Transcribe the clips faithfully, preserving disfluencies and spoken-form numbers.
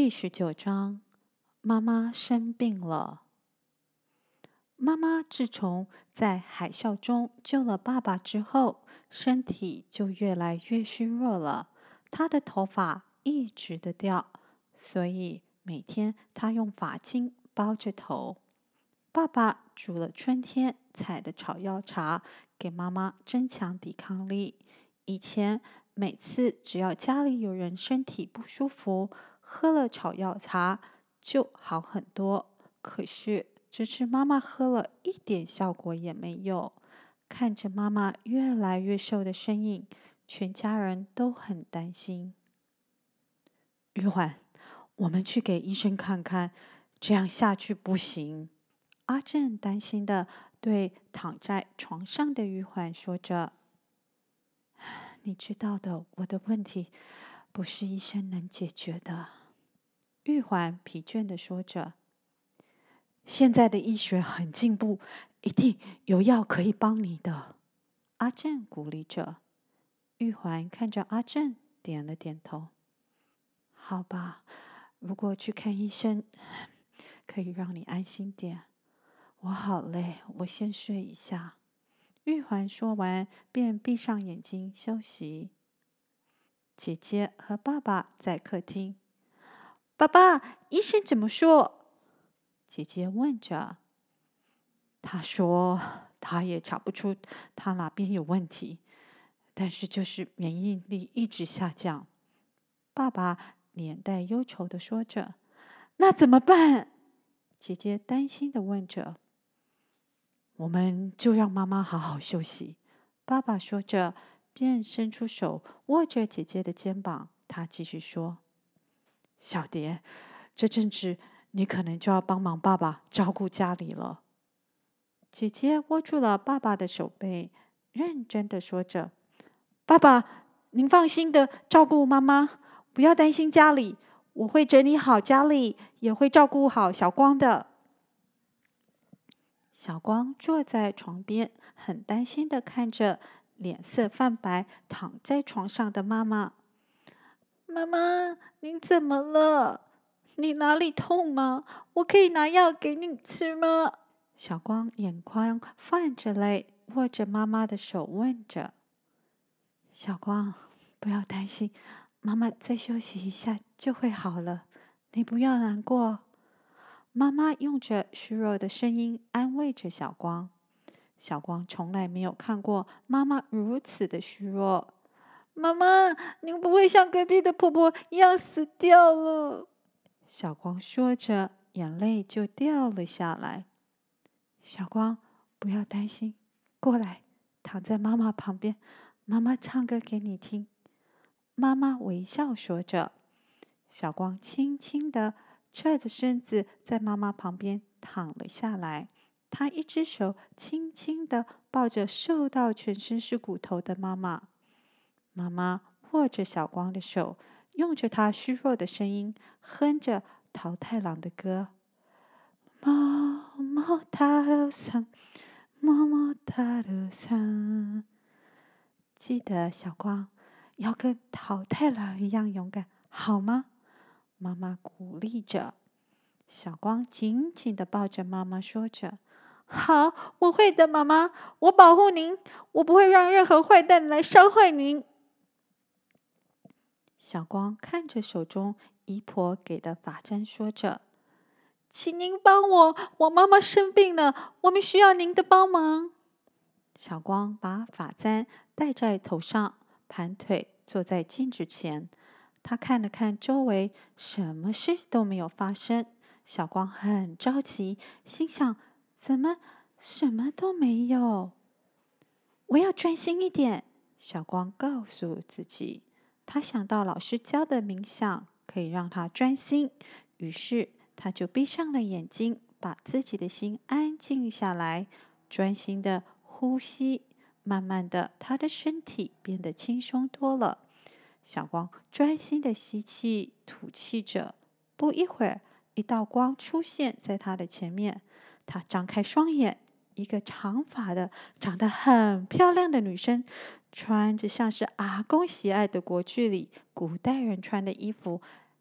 第十九章，妈妈生病了。妈妈自从在海啸中救了爸爸之后，身体就越来越虚弱了。她的头发一直的掉，所以每天她用发巾包着头。爸爸煮了春天采的草药茶，给妈妈增强抵抗力。以前每次只要家里有人身体不舒服，喝了草药茶就好很多。可是这次妈妈喝了一点效果也没有。看着妈妈越来越瘦的身影，全家人都很担心。玉环，我们去给医生看看，这样下去不行。阿正担心的对躺在床上的玉环说着：“你知道的，我的问题不是医生能解决的。”玉环疲倦的说着：“现在的医学很进步，一定有药可以帮你的。”阿正鼓励着。玉环看着阿正，点了点头。好吧，如果去看医生，可以让你安心点。我好累，我先睡一下。玉环说完，便闭上眼睛休息。姐姐和爸爸在客厅。爸爸，医生怎么说？姐姐问着。他说他也查不出他哪边有问题，但是就是免疫力一直下降。爸爸脸带忧愁的说着。那怎么办？姐姐担心的问着。我们就让妈妈好好休息。爸爸说着，便伸出手握着姐姐的肩膀。他继续说：“小蝶，这阵子你可能就要帮忙爸爸照顾家里了。”姐姐握住了爸爸的手背，认真的说着：“爸爸，您放心的照顾妈妈，不要担心家里，我会整理好家里，也会照顾好小光的。”小光坐在床边，很担心的看着脸色泛白、躺在床上的妈妈。妈妈，您怎么了？你哪里痛吗？我可以拿药给你吃吗？小光眼眶泛着泪，握着妈妈的手问着。小光，不要担心，妈妈再休息一下就会好了，你不要难过。妈妈用着虚弱的声音安慰着小光。小光从来没有看过妈妈如此的虚弱。妈妈，您不会像隔壁的婆婆一样死掉了？小光说着，眼泪就掉了下来。小光，不要担心，过来，躺在妈妈旁边，妈妈唱歌给你听。妈妈微笑说着。小光轻轻的侧着身子在妈妈旁边躺了下来，他一只手轻轻的抱着瘦到全身是骨头的妈妈。妈妈握着小光的手，用着她虚弱的声音哼着桃太郎的歌。么么哒噜桑，么么哒噜桑。记得小光要跟桃太郎一样勇敢，好吗？妈妈鼓励着。小光紧紧的抱着妈妈，说着：“好，我会的，妈妈，我保护您，我不会让任何坏蛋来伤害您。”小光看着手中姨婆给的发簪，说着：“请您帮我，我妈妈生病了，我们需要您的帮忙。”小光把发簪戴在头上，盘腿坐在镜子前。他看了看周围，什么事都没有发生。小光很着急，心想：怎么什么都没有？我要专心一点。小光告诉自己，他想到老师教的冥想可以让他专心，于是他就闭上了眼睛，把自己的心安静下来，专心的呼吸。慢慢的，他的身体变得轻松多了。小光专心的吸气、吐气着，不一会儿，一道光出现在他的前面。他张开双眼，一个长发的、长得很漂亮的女生，穿着像是阿公喜爱的国剧里古代人穿的衣服，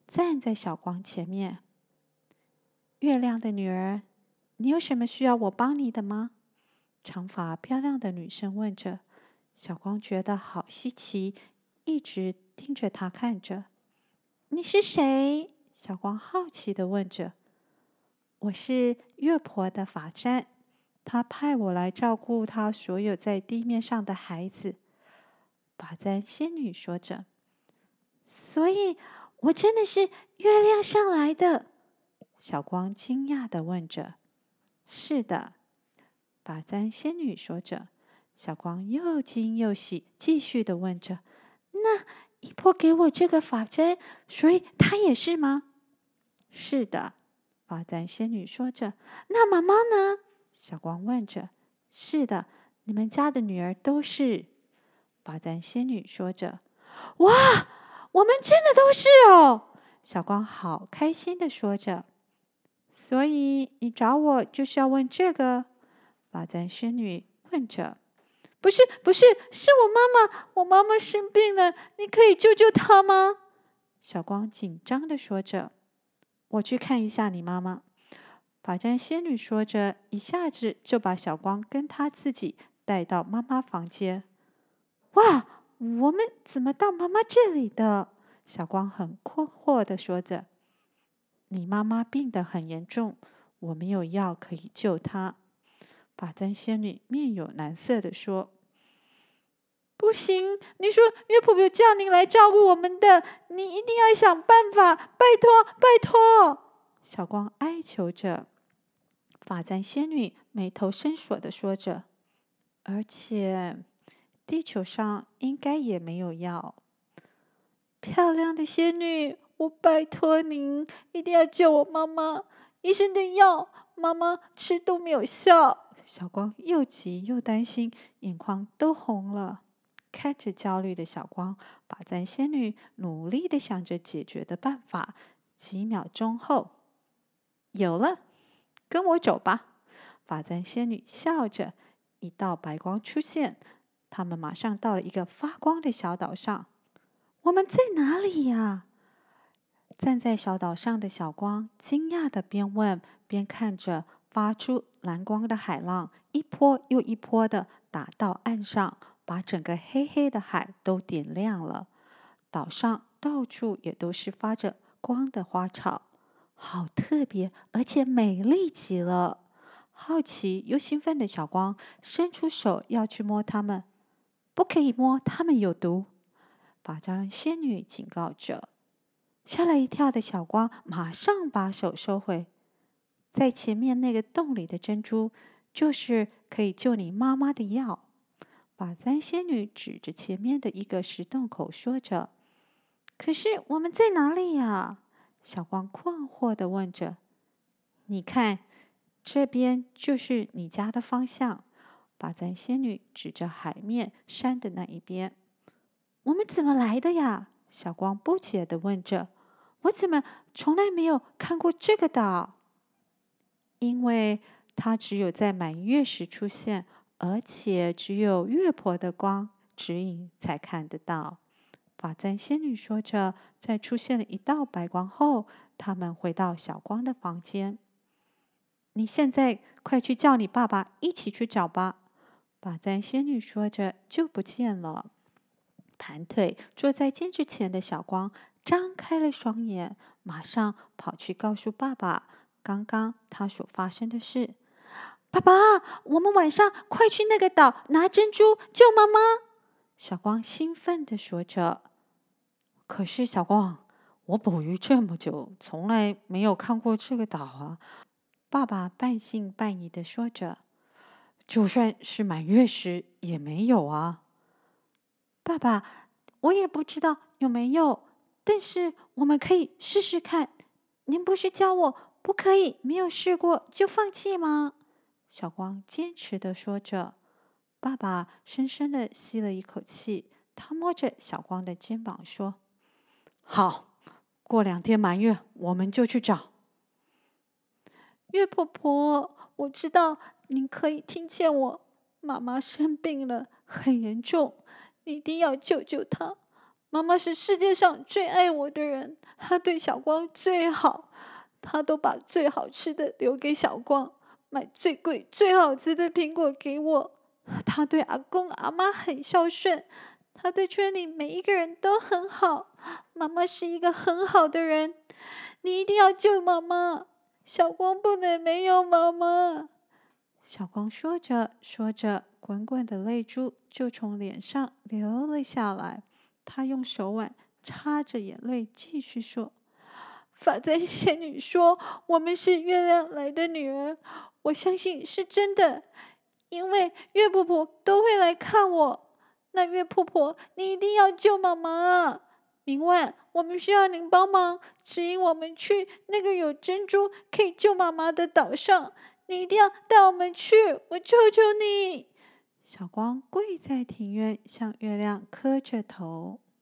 站在小光前面。月亮的女儿，你有什么需要我帮你的吗？长发漂亮的女生问着。小光觉得好稀奇，一直盯着她看着。你是谁？小光好奇地问着。我是月婆的法簪，她派我来照顾她所有在地面上的孩子。法簪仙女说着。所以我真的是月亮上来的？小光惊讶地问着。是的，法簪仙女说着。小光又惊又喜，继续地问着：那姨婆给我这个法簪，所以她也是吗？是的，法簪仙女说着。那妈妈呢？小光问着。是的，你们家的女儿都是。法簪仙女说着。哇，我们真的都是哦！小光好开心地说着。所以你找我就是要问这个？法簪仙女问着。不是，不是，是我妈妈，我妈妈生病了，你可以救救她吗？小光紧张地说着。我去看一下你妈妈。法簪仙女说着，一下子就把小光跟她自己带到妈妈房间。哇，我们怎么到妈妈这里的？小光很困惑地说着。你妈妈病得很严重，我没有药可以救她。法簪仙女面有难色地说。不行，你说岳婆有叫您来照顾我们的，你一定要想办法，拜托拜托！小光哀求着。法簪仙女眉头深锁地说着。而且地球上应该也没有药。漂亮的仙女，我拜托您，一定要救我妈妈！医生的药，妈妈吃都没有效。小光又急又担心，眼眶都红了。看着焦虑的小光，法簪仙女努力地想着解决的办法。几秒钟后，有了，跟我走吧！法簪仙女笑着，一道白光出现，他们马上到了一个发光的小岛上。我们在哪里呀？站在小岛上的小光惊讶地边问边看着发出蓝光的海浪，一波又一波地打到岸上，把整个黑黑的海都点亮了。岛上到处也都是发着光的花草，好特别，而且美丽极了。好奇又兴奋的小光伸出手要去摸它们。不可以摸，它们有毒。法簪仙女警告着。吓了一跳的小光马上把手收回。在前面那个洞里的珍珠，就是可以救你妈妈的药。法簪仙女指着前面的一个石洞口说着。可是我们在哪里呀？小光困惑地问着。你看，这边就是你家的方向。法簪仙女指着海面山的那一边。我们怎么来的呀？小光不解地问着。我怎么从来没有看过这个岛？因为它只有在满月时出现，而且只有月婆的光指引才看得到。法簪仙女说着，在出现了一道白光后，他们回到小光的房间。你现在快去叫你爸爸一起去找吧。法簪仙女说着就不见了。盘腿坐在镜子前的小光张开了双眼，马上跑去告诉爸爸刚刚他所发生的事。爸爸，我们晚上快去那个岛拿珍珠救妈妈！小光兴奋地说着。可是小光，我捕鱼这么久，从来没有看过这个岛啊！爸爸半信半疑地说着。就算是满月时也没有啊。爸爸，我也不知道有没有，但是我们可以试试看。您不是教我不可以没有试过就放弃吗？小光坚持地说着。爸爸深深地吸了一口气，他摸着小光的肩膀说：好，过两天满月我们就去找。月婆婆，我知道您可以听见我，妈妈生病了，很严重，你一定要救救她。 妈妈是世界上最爱我的人，她对小光最好，她都把最好吃的留给小光，买最贵最好吃的苹果给我。她对阿公阿妈很孝顺，她对村里每一个人都很好。妈妈是一个很好的人，你一定要救妈妈，小光不能没有妈妈。小光说着说着，滚滚的泪珠就从脸上流了下来。他用手腕擦着眼泪，继续说：“法在仙女说我们是月亮来的女儿，我相信是真的，因为月婆婆都会来看我。那月婆婆，你一定要救妈妈啊！明晚我们需要您帮忙，指引我们去那个有珍珠可以救妈妈的岛上。你一定要带我们去，我求求你！”小光跪在庭院，向月亮磕着头。